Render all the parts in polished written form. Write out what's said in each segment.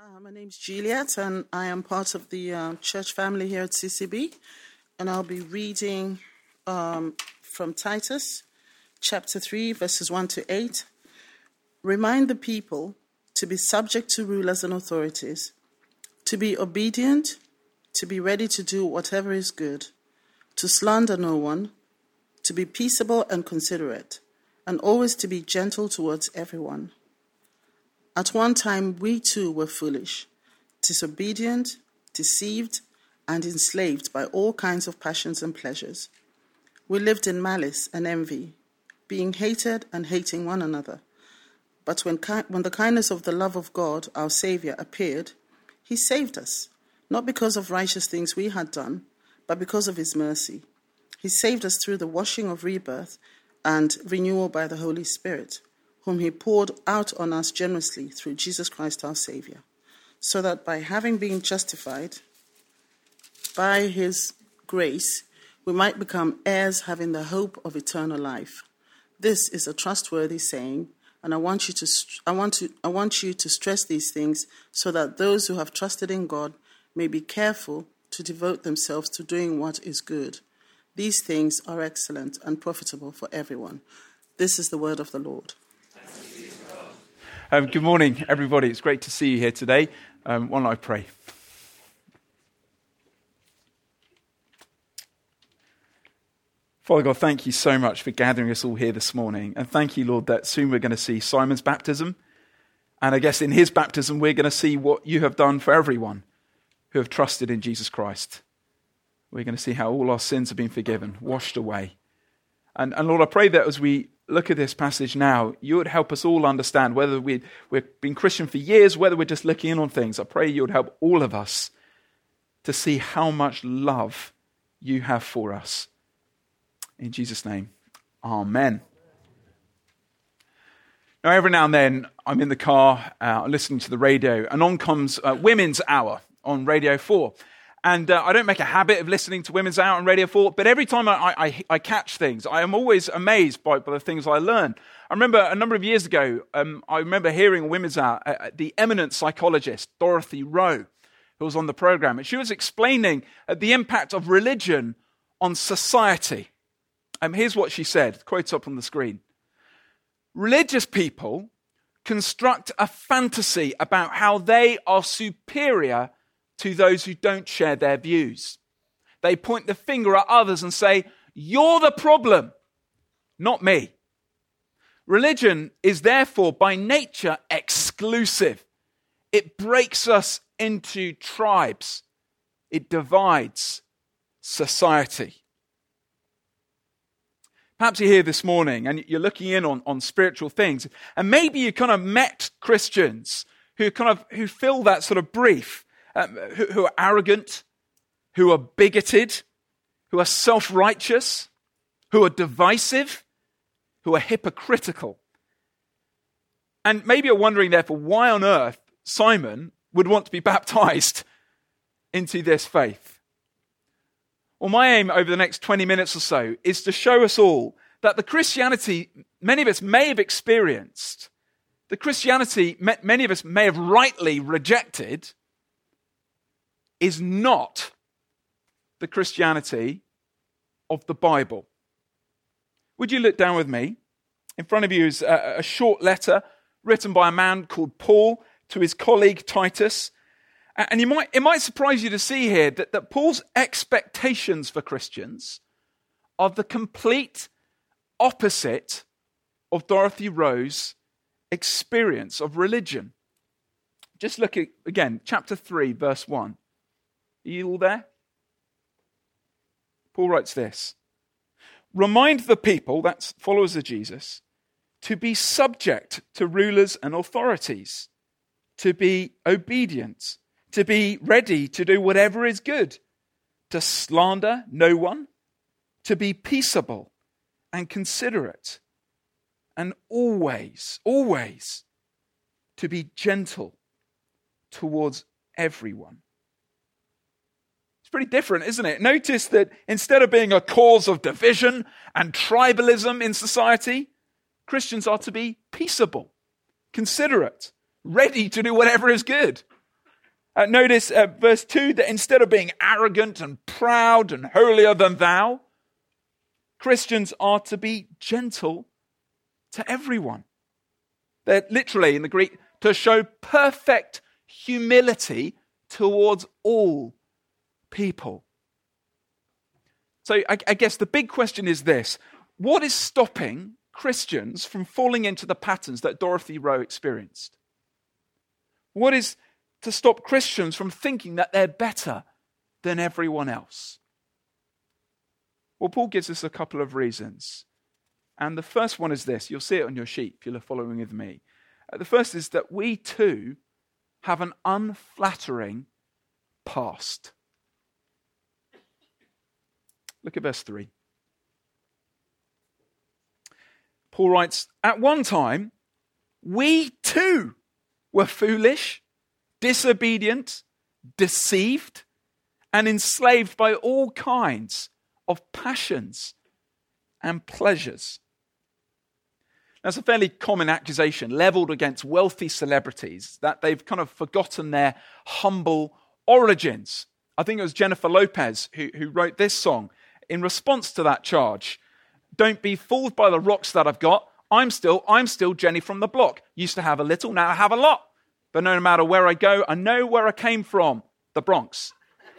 My name's Juliet, and I am part of the church family here at CCB, and I'll be reading from Titus, chapter 3, verses 1 to 8. Remind the people to be subject to rulers and authorities, to be obedient, to be ready to do whatever is good, to slander no one, to be peaceable and considerate, and always to be gentle towards everyone. At one time, we too were foolish, disobedient, deceived, and enslaved by all kinds of passions and pleasures. We lived in malice and envy, being hated and hating one another. But when the kindness of the love of God, our Savior, appeared, he saved us, not because of righteous things we had done, but because of his mercy. He saved us through the washing of rebirth and renewal by the Holy Spirit, whom he poured out on us generously through Jesus Christ our Savior, so that by having been justified by his grace, we might become heirs having the hope of eternal life. This is a trustworthy saying, and I want you to stress these things so that those who have trusted in God may be careful to devote themselves to doing what is good. These things are excellent and profitable for everyone. This is the word of the Lord. Good morning, everybody. It's great to see you here today. Why don't I pray? Father God, thank you so much for gathering us all here this morning. And thank you, Lord, that soon we're going to see Simon's baptism. And I guess in his baptism, we're going to see what you have done for everyone who have trusted in Jesus Christ. We're going to see how all our sins have been forgiven, washed away. And Lord, I pray that as we look at this passage now, you would help us all understand whether we've been Christian for years, whether we're just looking in on things. I pray you would help all of us to see how much love you have for us. In Jesus' name, amen. Now, every now and then, I'm in the car, listening to the radio, and on comes Women's Hour on Radio 4. And I don't make a habit of listening to Women's Hour on Radio 4, but every time I catch things, I am always amazed by the things I learn. I remember a number of years ago, I remember hearing a Women's Hour, the eminent psychologist, Dorothy Rowe, who was on the program, and she was explaining the impact of religion on society. Here's what she said, quotes up on the screen. Religious people construct a fantasy about how they are superior to those who don't share their views. They point the finger at others and say, "You're the problem, not me." Religion is therefore by nature exclusive. It breaks us into tribes. It divides society. Perhaps you're here this morning and you're looking in on spiritual things, and maybe you kind of met Christians who fill that sort of brief. Who are arrogant, who are bigoted, who are self-righteous, who are divisive, who are hypocritical. And maybe you're wondering, therefore, why on earth Simon would want to be baptized into this faith. Well, my aim over the next 20 minutes or so is to show us all that the Christianity many of us may have experienced, the Christianity many of us may have rightly rejected, is not the Christianity of the Bible. Would you look down with me? In front of you is a short letter written by a man called Paul to his colleague Titus. And it might surprise you to see here that Paul's expectations for Christians are the complete opposite of Dorothy Rowe's experience of religion. Just look at, again, chapter 3, verse 1. Are you all there? Paul writes this. Remind the people, that's followers of Jesus, to be subject to rulers and authorities, to be obedient, to be ready to do whatever is good, to slander no one, to be peaceable and considerate, and always to be gentle towards everyone. It's pretty different, isn't it? Notice that instead of being a cause of division and tribalism in society, Christians are to be peaceable, considerate, ready to do whatever is good. Notice verse 2, that instead of being arrogant and proud and holier than thou, Christians are to be gentle to everyone. They're literally, in the Greek, to show perfect humility towards all people. So I guess the big question is this: what is stopping Christians from falling into the patterns that Dorothy Rowe experienced? What is to stop Christians from thinking that they're better than everyone else? Well, Paul gives us a couple of reasons. And the first one is this. You'll see it on your sheet if you're following with me. The first is that we too have an unflattering past. Look at verse 3. Paul writes, "At one time, we too were foolish, disobedient, deceived, and enslaved by all kinds of passions and pleasures." That's a fairly common accusation leveled against wealthy celebrities, that they've kind of forgotten their humble origins. I think it was Jennifer Lopez who wrote this song in response to that charge. "Don't be fooled by the rocks that I've got. I'm still Jenny from the block. Used to have a little, now I have a lot. But no matter where I go, I know where I came from, the Bronx."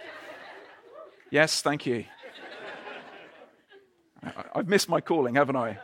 Yes, thank you. I've missed my calling, haven't I?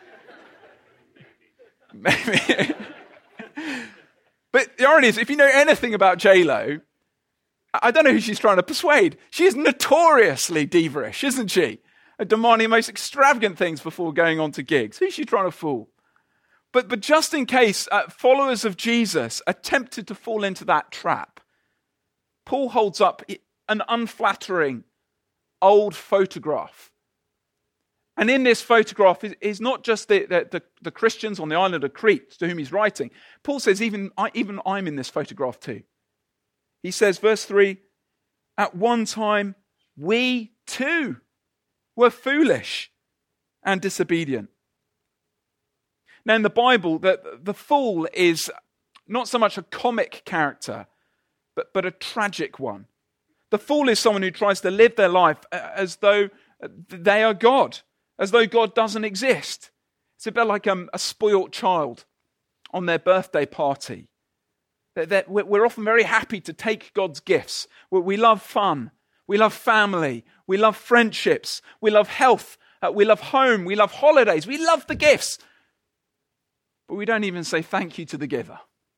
Maybe. But the irony is, if you know anything about J-Lo, I don't know who she's trying to persuade. She is notoriously diva-ish, isn't she? Demanding the most extravagant things before going on to gigs. Who's she trying to fool? But just in case followers of Jesus are tempted to fall into that trap, Paul holds up an unflattering old photograph. And in this photograph is not just the Christians on the island of Crete to whom he's writing. Paul says, even I'm in this photograph too. He says, verse 3, "At one time, we too were foolish and disobedient." Now in the Bible, the fool is not so much a comic character, but a tragic one. The fool is someone who tries to live their life as though they are God, as though God doesn't exist. It's a bit like a spoilt child on their birthday party. We're often very happy to take God's gifts. We love fun. We love family. We love friendships. We love health. We love home. We love holidays. We love the gifts. But we don't even say thank you to the giver.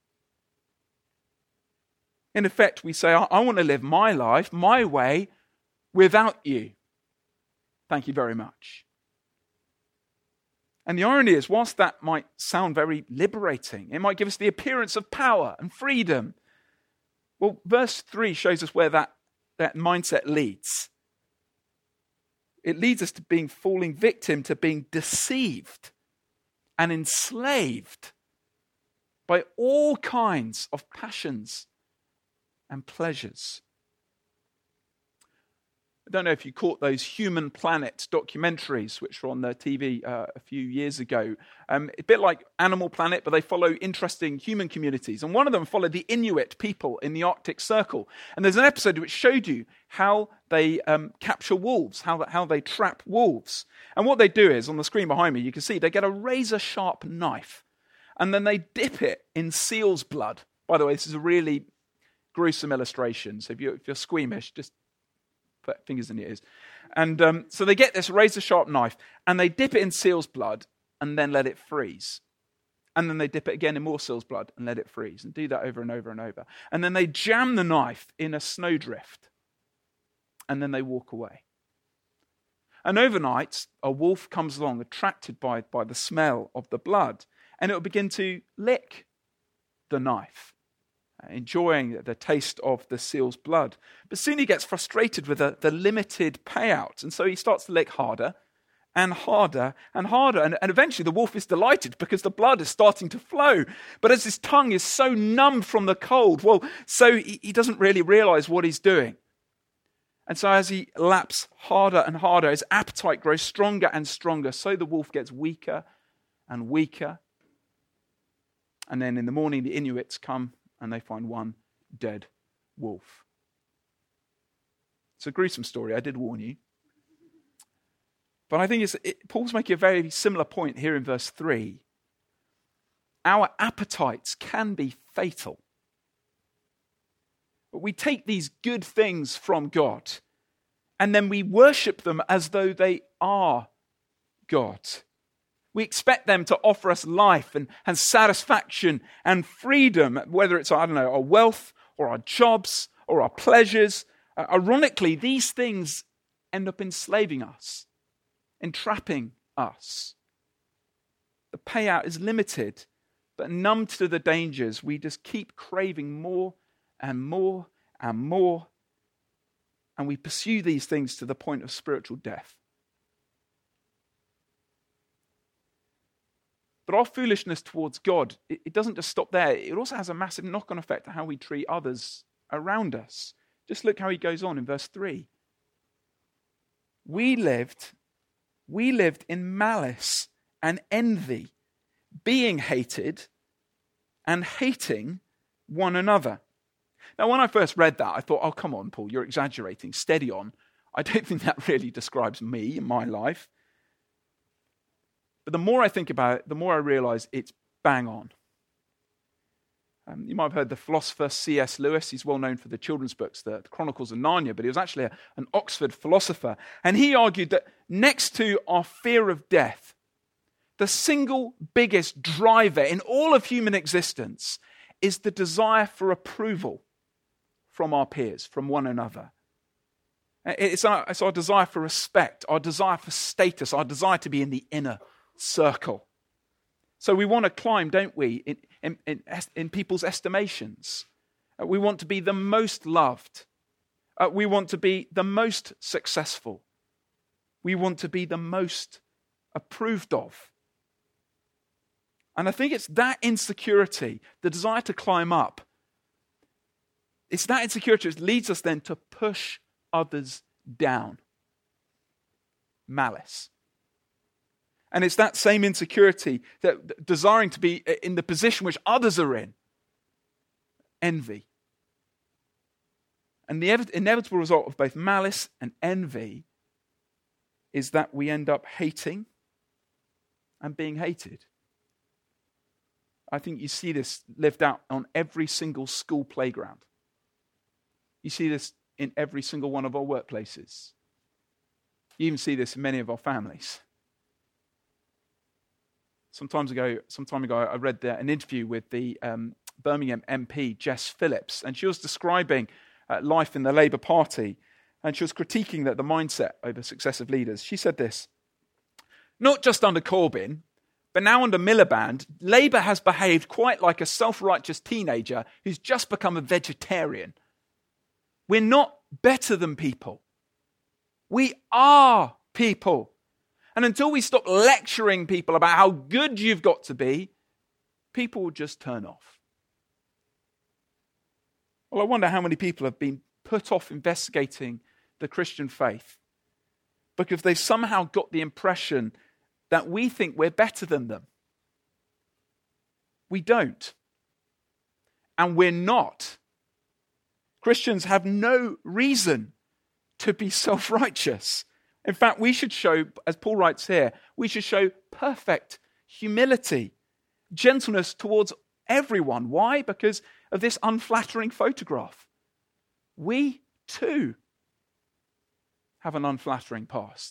In effect, we say, I want to live my life, my way, without you. Thank you very much. And the irony is, whilst that might sound very liberating, it might give us the appearance of power and freedom. Well, verse 3 shows us where that mindset leads. It leads us to falling victim to being deceived and enslaved by all kinds of passions and pleasures. I don't know if you caught those Human Planet documentaries, which were on the TV a few years ago. A bit like Animal Planet, but they follow interesting human communities. And one of them followed the Inuit people in the Arctic Circle. And there's an episode which showed you how they capture wolves, how they trap wolves. And what they do is, on the screen behind me, you can see they get a razor-sharp knife. And then they dip it in seal's blood. By the way, this is a really gruesome illustration. So if you're squeamish, just put fingers in your ears. And so they get this razor-sharp knife, and they dip it in seal's blood, and then let it freeze. And then they dip it again in more seal's blood, and let it freeze, and do that over and over and over. And then they jam the knife in a snowdrift, and then they walk away. And overnight, a wolf comes along, attracted by the smell of the blood, and it will begin to lick the knife, enjoying the taste of the seal's blood. But soon he gets frustrated with the limited payout, and so he starts to lick harder and harder and harder. And eventually the wolf is delighted because the blood is starting to flow. But as his tongue is so numbed from the cold, so he doesn't really realize what he's doing. And so as he laps harder and harder, his appetite grows stronger and stronger. So the wolf gets weaker and weaker. And then in the morning, the Inuits come and they find one dead wolf. It's a gruesome story, I did warn you. But I think Paul's making a very similar point here in verse 3. Our appetites can be fatal. But we take these good things from God, and then we worship them as though they are God. We expect them to offer us life and satisfaction and freedom, whether it's, our wealth or our jobs or our pleasures. Ironically, these things end up enslaving us, entrapping us. The payout is limited, but numbed to the dangers, we just keep craving more and more and more, and we pursue these things to the point of spiritual death. But our foolishness towards God, it doesn't just stop there. It also has a massive knock-on effect on how we treat others around us. Just look how he goes on in verse 3. We lived in malice and envy, being hated and hating one another. Now, when I first read that, I thought, oh, come on, Paul, you're exaggerating. Steady on. I don't think that really describes me and my life. But the more I think about it, the more I realize it's bang on. You might have heard the philosopher C.S. Lewis. He's well known for the children's books, the Chronicles of Narnia, but he was actually an Oxford philosopher. And he argued that next to our fear of death, the single biggest driver in all of human existence is the desire for approval from our peers, from one another. It's our desire for respect, our desire for status, our desire to be in the inner circle. So we want to climb, don't we, in people's estimations. We want to be the most loved. We want to be the most successful. We want to be the most approved of. And I think it's that insecurity, the desire to climb up, it's that insecurity that leads us then to push others down. Malice. And it's that same insecurity, that desiring to be in the position which others are in. Envy. And the inevitable result of both malice and envy is that we end up hating and being hated. I think you see this lived out on every single school playground. You see this in every single one of our workplaces. You even see this in many of our families. Some time ago, I read an interview with the Birmingham MP, Jess Phillips, and she was describing life in the Labour Party, and she was critiquing the mindset over successive leaders. She said this: not just under Corbyn, but now under Miliband, Labour has behaved quite like a self-righteous teenager who's just become a vegetarian. We're not better than people. We are people. And until we stop lecturing people about how good you've got to be, people will just turn off. Well, I wonder how many people have been put off investigating the Christian faith because they've somehow got the impression that we think we're better than them. We don't. And we're not. Christians have no reason to be self-righteous. In fact, we should show, as Paul writes here, we should show perfect humility, gentleness towards everyone. Why? Because of this unflattering photograph. We too have an unflattering past.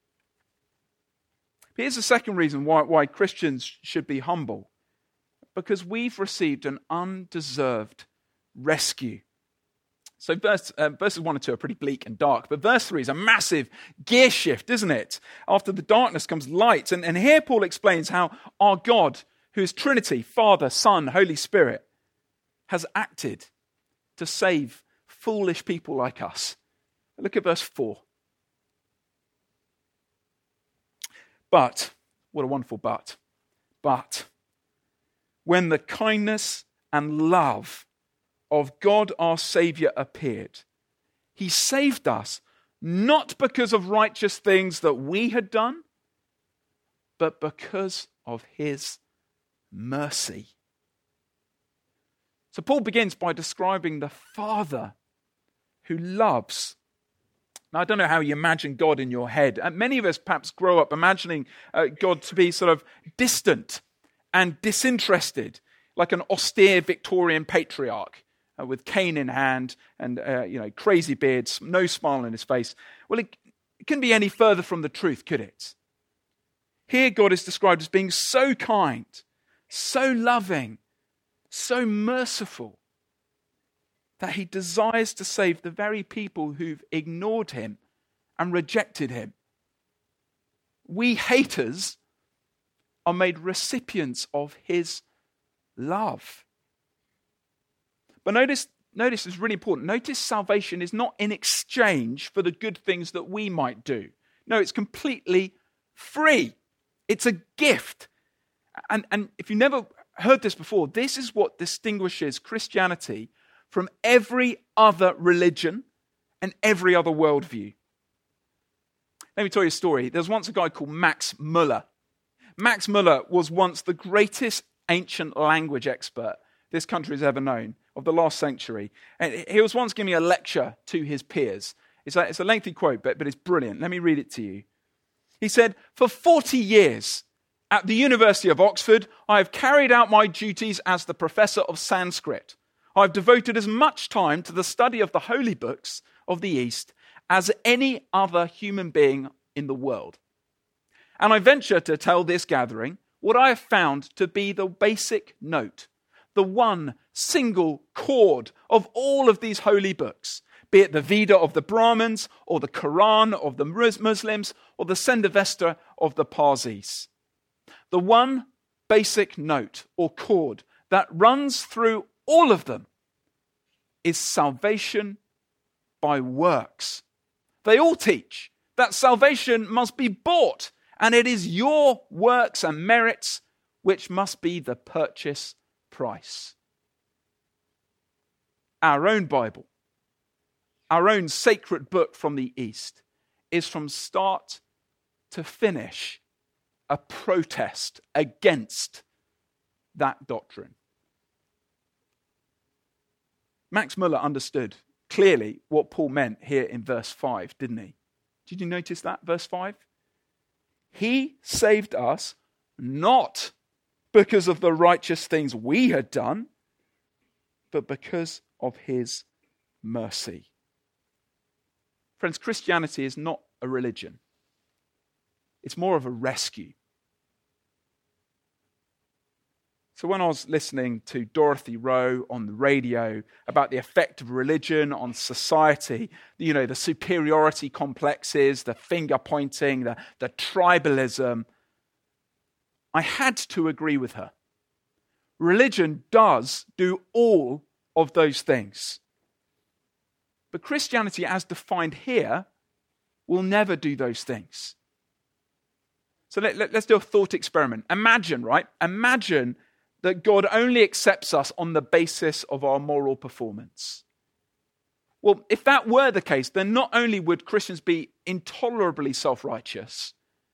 Here's the second reason why Christians should be humble. Because we've received an undeserved rescue. So verses 1 and 2 are pretty bleak and dark, but verse 3 is a massive gear shift, isn't it? After the darkness comes light. And here Paul explains how our God, who is Trinity, Father, Son, Holy Spirit, has acted to save foolish people like us. Look at verse 4. But, what a wonderful but. But, when the kindness and love of God our Saviour appeared, he saved us not because of righteous things that we had done, but because of his mercy. So Paul begins by describing the Father who loves. Now, I don't know how you imagine God in your head. Many of us perhaps grow up imagining God to be sort of distant and disinterested, like an austere Victorian patriarch with cane in hand and crazy beard, no smile on his face. Well, it couldn't be any further from the truth, could it? Here God is described as being so kind, so loving, so merciful, that he desires to save the very people who've ignored him and rejected him. We haters are made recipients of his love. But notice it's really important. Notice salvation is not in exchange for the good things that we might do. No, it's completely free. It's a gift. And if you've never heard this before, this is what distinguishes Christianity from every other religion and every other worldview. Let me tell you a story. There was once a guy called Max Muller. Max Muller was once the greatest ancient language expert this country has ever known of the last century. And he was once giving a lecture to his peers. It's a lengthy quote, but it's brilliant. Let me read it to you. He said, "For 40 years at the University of Oxford, I have carried out my duties as the professor of Sanskrit. I've devoted as much time to the study of the holy books of the East as any other human being in the world. And I venture to tell this gathering what I have found to be the basic note, the one single chord of all of these holy books, be it the Veda of the Brahmins, or the Quran of the Muslims, or the Sendavesta of the Parsis. The one basic note or chord that runs through all of them is salvation by works. They all teach that salvation must be bought, and it is your works and merits which must be the purchase price." Our own Bible, our own sacred book from the East, is from start to finish a protest against that doctrine. Max Muller understood clearly what Paul meant here in verse 5, didn't he? Did you notice that, verse 5? He saved us not because of the righteous things we had done, but because of his mercy. Friends, Christianity is not a religion. It's more of a rescue. So when I was listening to Dorothy Rowe on the radio about the effect of religion on society, the superiority complexes, the finger pointing, the tribalism, I had to agree with her. Religion does do all of those things. But Christianity, as defined here, will never do those things. So let's do a thought experiment. Imagine that God only accepts us on the basis of our moral performance. Well, if that were the case, then not only would Christians be intolerably self-righteous,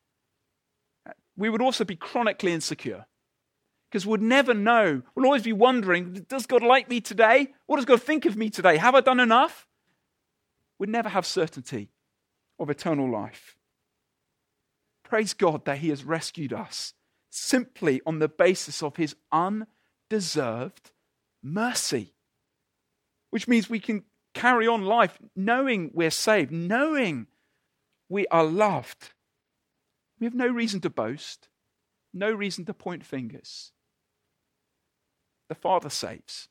we would also be chronically insecure. Because we'd never know. We'll always be wondering, does God like me today? What does God think of me today? Have I done enough? We'd never have certainty of eternal life. Praise God that he has rescued us simply on the basis of his undeserved mercy. Which means we can carry on life knowing we're saved, knowing we are loved. We have no reason to boast, no reason to point fingers. The Father saves.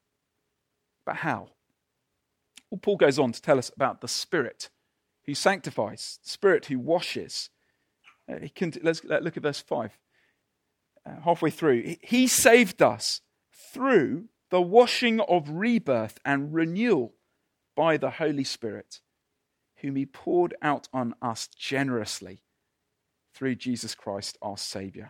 But how? Well, Paul goes on to tell us about the Spirit who sanctifies, the Spirit who washes. Let's look at verse 5. Halfway through. He saved us through the washing of rebirth and renewal by the Holy Spirit, whom he poured out on us generously through Jesus Christ our Saviour.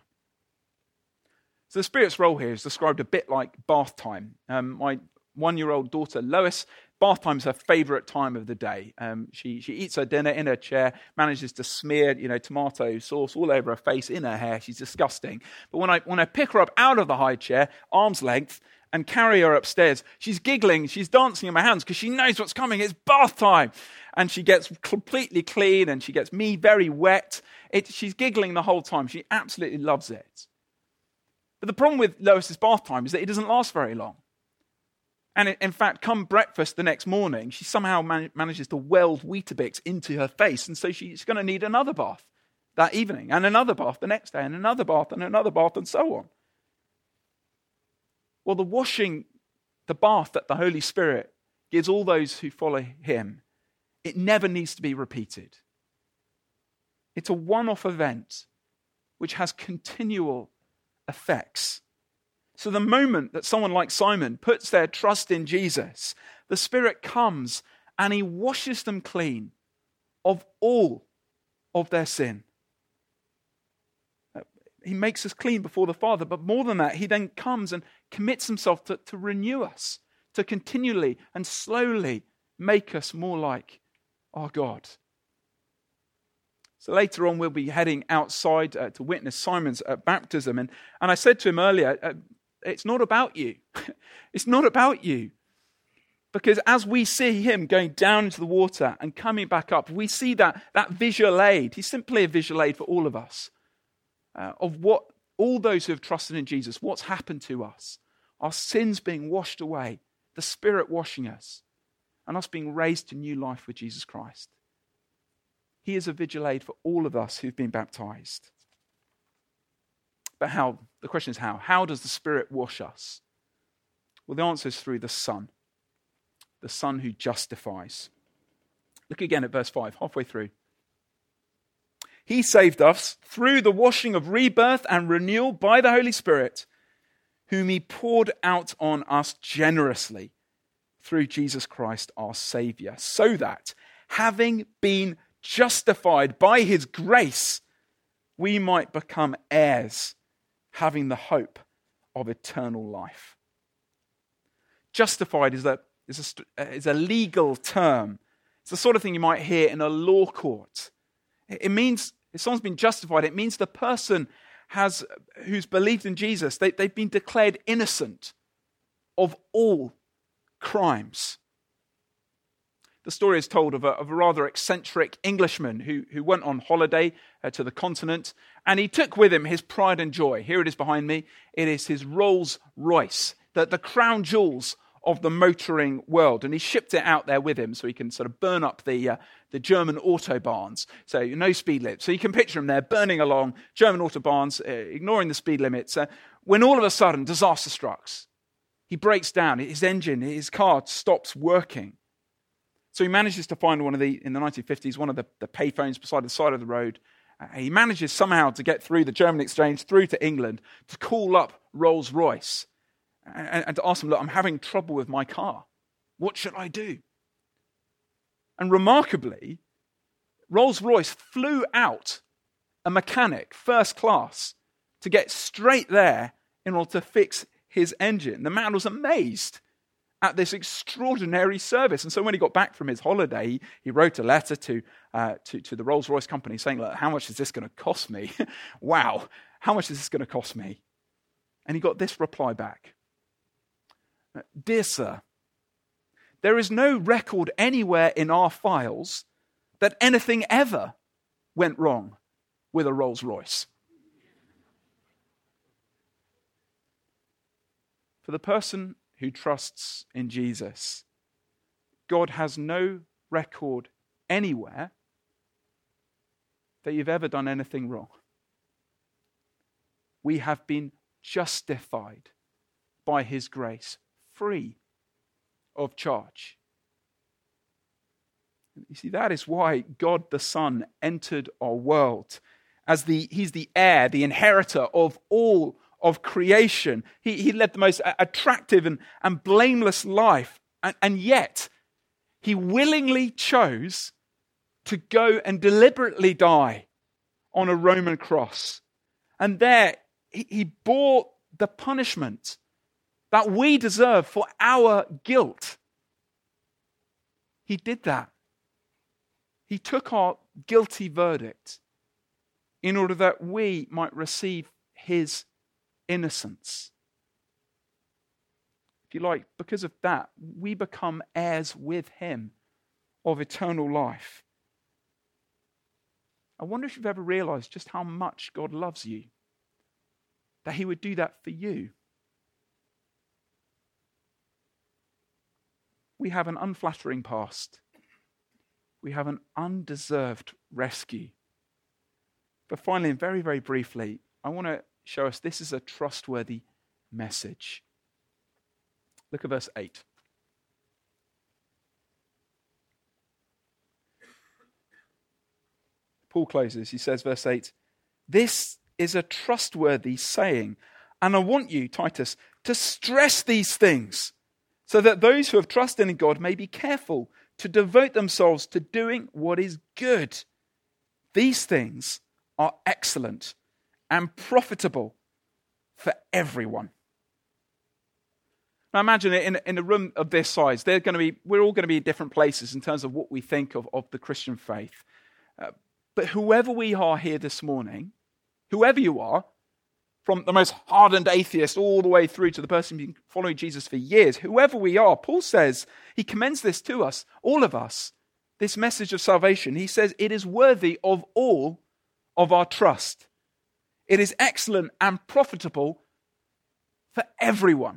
So the Spirit's role here is described a bit like bath time. My 1-year-old daughter Lois, bath time's her favourite time of the day. She eats her dinner in her chair, manages to smear tomato sauce all over her face, in her hair. She's disgusting. But when I pick her up out of the high chair, arm's length, and carry her upstairs. She's giggling, she's dancing in my hands because she knows what's coming. It's bath time. And she gets completely clean and she gets me very wet. She's giggling the whole time. She absolutely loves it. But the problem with Lois's bath time is that it doesn't last very long. And in fact, come breakfast the next morning, she somehow manages to weld Weetabix into her face. And so she's going to need another bath that evening, and another bath the next day, and another bath, and so on. Well, the bath that the Holy Spirit gives all those who follow him, it never needs to be repeated. It's a one-off event which has continual effects. So the moment that someone like Simon puts their trust in Jesus, the Spirit comes and he washes them clean of all of their sin. He makes us clean before the Father, but more than that, he then comes and commits himself to renew us, to continually and slowly make us more like our God. So later on, we'll be heading outside to witness Simon's baptism. And I said to him earlier, it's not about you. It's not about you. Because as we see him going down into the water and coming back up, we see that visual aid. He's simply a visual aid for all of us. Of what all those who have trusted in Jesus, what's happened to us. Our sins being washed away, the Spirit washing us, and us being raised to new life with Jesus Christ. He is a visual aid for all of us who've been baptized. But how? The question is how? How does the Spirit wash us? Well, the answer is through the Son who justifies. Look again at verse 5, halfway through. He saved us through the washing of rebirth and renewal by the Holy Spirit, whom he poured out on us generously through Jesus Christ our Saviour, so that, having been justified by his grace, we might become heirs, having the hope of eternal life. Justified is a legal term. It's the sort of thing you might hear in a law court. It means, if someone's been justified, it means the person who's believed in Jesus, they've been declared innocent of all crimes. The story is told of a rather eccentric Englishman who went on holiday to the continent, and he took with him his pride and joy. Here it is behind me. It is his Rolls Royce, the crown jewels of the motoring world, and he shipped it out there with him so he can sort of burn up the German autobahns. So no speed limits. So you can picture him there burning along German autobahns, ignoring the speed limits. When all of a sudden disaster strikes, he breaks down. His engine, his car stops working. So he manages to find in the 1950s, one of the payphones beside the side of the road. He manages somehow to get through the German exchange, through to England, to call up Rolls-Royce and to ask them, look, I'm having trouble with my car. What should I do? And remarkably, Rolls-Royce flew out a mechanic, first class, to get straight there in order to fix his engine. The man was amazed at this extraordinary service. And so when he got back from his holiday, he wrote a letter to the Rolls-Royce company saying, look, how much is this going to cost me? Wow, how much is this going to cost me? And he got this reply back. Dear sir, there is no record anywhere in our files that anything ever went wrong with a Rolls-Royce. For the person who trusts in Jesus, God has no record anywhere that you've ever done anything wrong. We have been justified by his grace, free of charge. You see, that is why God the Son entered our world as he's the heir, the inheritor of all of creation. He led the most attractive and blameless life, and yet he willingly chose to go and deliberately die on a Roman cross. And there he bore the punishment that we deserve for our guilt. He did that. He took our guilty verdict in order that we might receive his innocence. if you like, because of that, we become heirs with him of eternal life. I wonder if you've ever realized just how much God loves you, that he would do that for you. We have an unflattering past. We have an undeserved rescue. But finally, and very, very briefly, I want to show us this is a trustworthy message. Look at verse 8. Paul closes, he says, verse 8, "This is a trustworthy saying, and I want you, Titus, to stress these things, so that those who have trusted in God may be careful to devote themselves to doing what is good. These things are excellent and profitable for everyone." Now imagine it in a room of this size. We're all going to be in different places in terms of what we think of the Christian faith. But whoever we are here this morning, whoever you are, from the most hardened atheist all the way through to the person who's been following Jesus for years, whoever we are, Paul says, he commends this to us, all of us, this message of salvation. He says it is worthy of all of our trust. It is excellent and profitable for everyone.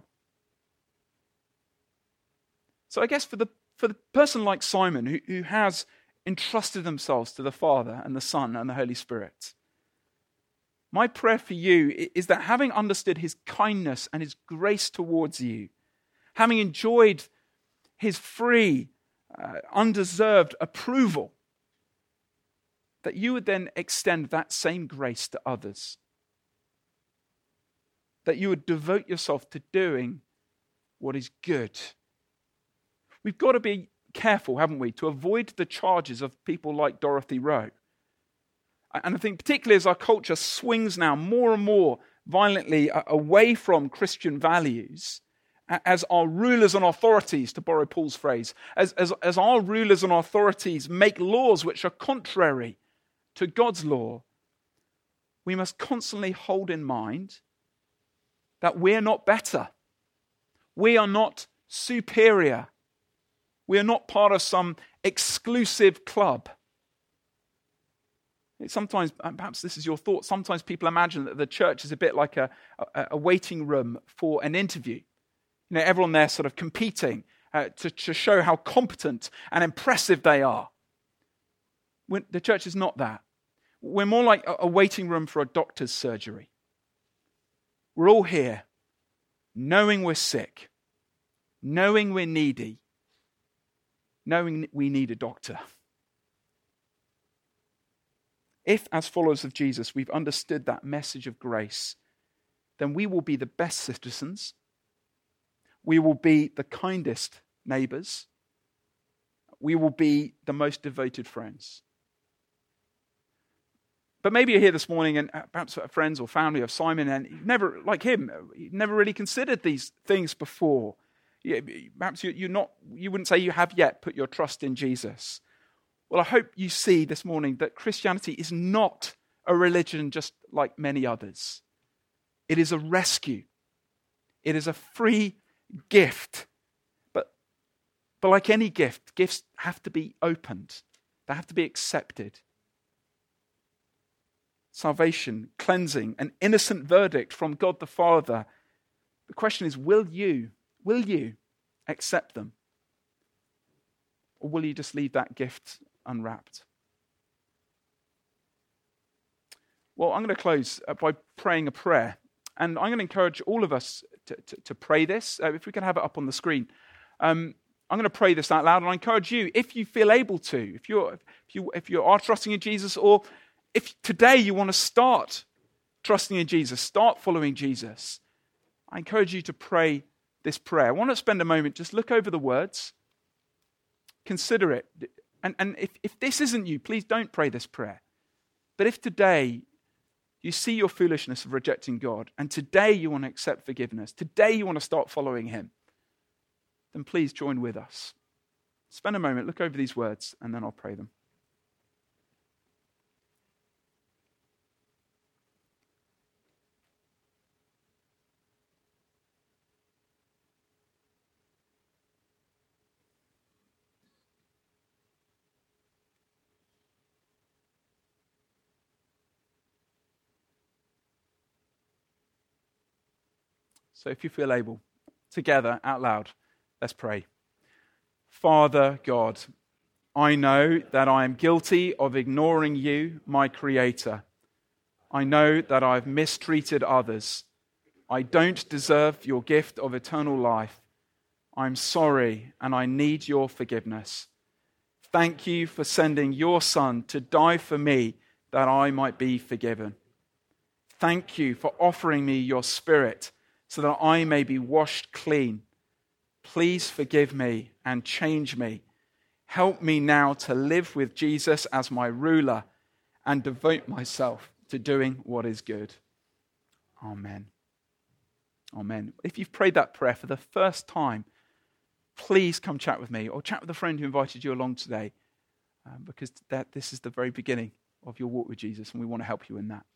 So I guess for the person like Simon who has entrusted themselves to the Father and the Son and the Holy Spirit, my prayer for you is that having understood his kindness and his grace towards you, having enjoyed his free, undeserved approval, that you would then extend that same grace to others. That you would devote yourself to doing what is good. We've got to be careful, haven't we, to avoid the charges of people like Dorothy Rowe. And I think particularly as our culture swings now more and more violently away from Christian values, as our rulers and authorities, to borrow Paul's phrase, as our rulers and authorities make laws which are contrary to God's law, we must constantly hold in mind that we're not better. We are not superior. We are not part of some exclusive club. Sometimes, perhaps this is your thought, sometimes people imagine that the church is a bit like a waiting room for an interview. You know, everyone there sort of competing to show how competent and impressive they are. The church is not that. We're more like a waiting room for a doctor's surgery. We're all here knowing we're sick, knowing we're needy, knowing we need a doctor. If, as followers of Jesus, we've understood that message of grace, then we will be the best citizens. We will be the kindest neighbors. We will be the most devoted friends. But maybe you're here this morning and perhaps friends or family of Simon, and you've never, like him, you've never really considered these things before. Perhaps you wouldn't say you have yet put your trust in Jesus. Well, I hope you see this morning that Christianity is not a religion just like many others. It is a rescue. It is a free gift. But like any gift, gifts have to be opened. They have to be accepted. Salvation, cleansing, an innocent verdict from God the Father. The question is, will you accept them? Or will you just leave that gift unwrapped? Well, I'm going to close by praying a prayer. And I'm going to encourage all of us to pray this. If we can have it up on the screen. I'm going to pray this out loud, and I encourage you, if you feel able to, if you are trusting in Jesus, or if today you want to start trusting in Jesus, start following Jesus, I encourage you to pray this prayer. I want to spend a moment, just look over the words, consider it. And if this isn't you, please don't pray this prayer. But if today you see your foolishness of rejecting God, and today you want to accept forgiveness, today you want to start following him, then please join with us. Spend a moment, look over these words, and then I'll pray them. So if you feel able, together, out loud, let's pray. Father God, I know that I am guilty of ignoring you, my Creator. I know that I've mistreated others. I don't deserve your gift of eternal life. I'm sorry and I need your forgiveness. Thank you for sending your Son to die for me that I might be forgiven. Thank you for offering me your Spirit so that I may be washed clean. Please forgive me and change me. Help me now to live with Jesus as my ruler and devote myself to doing what is good. Amen. Amen. If you've prayed that prayer for the first time, please come chat with me or chat with a friend who invited you along today, because this is the very beginning of your walk with Jesus and we want to help you in that.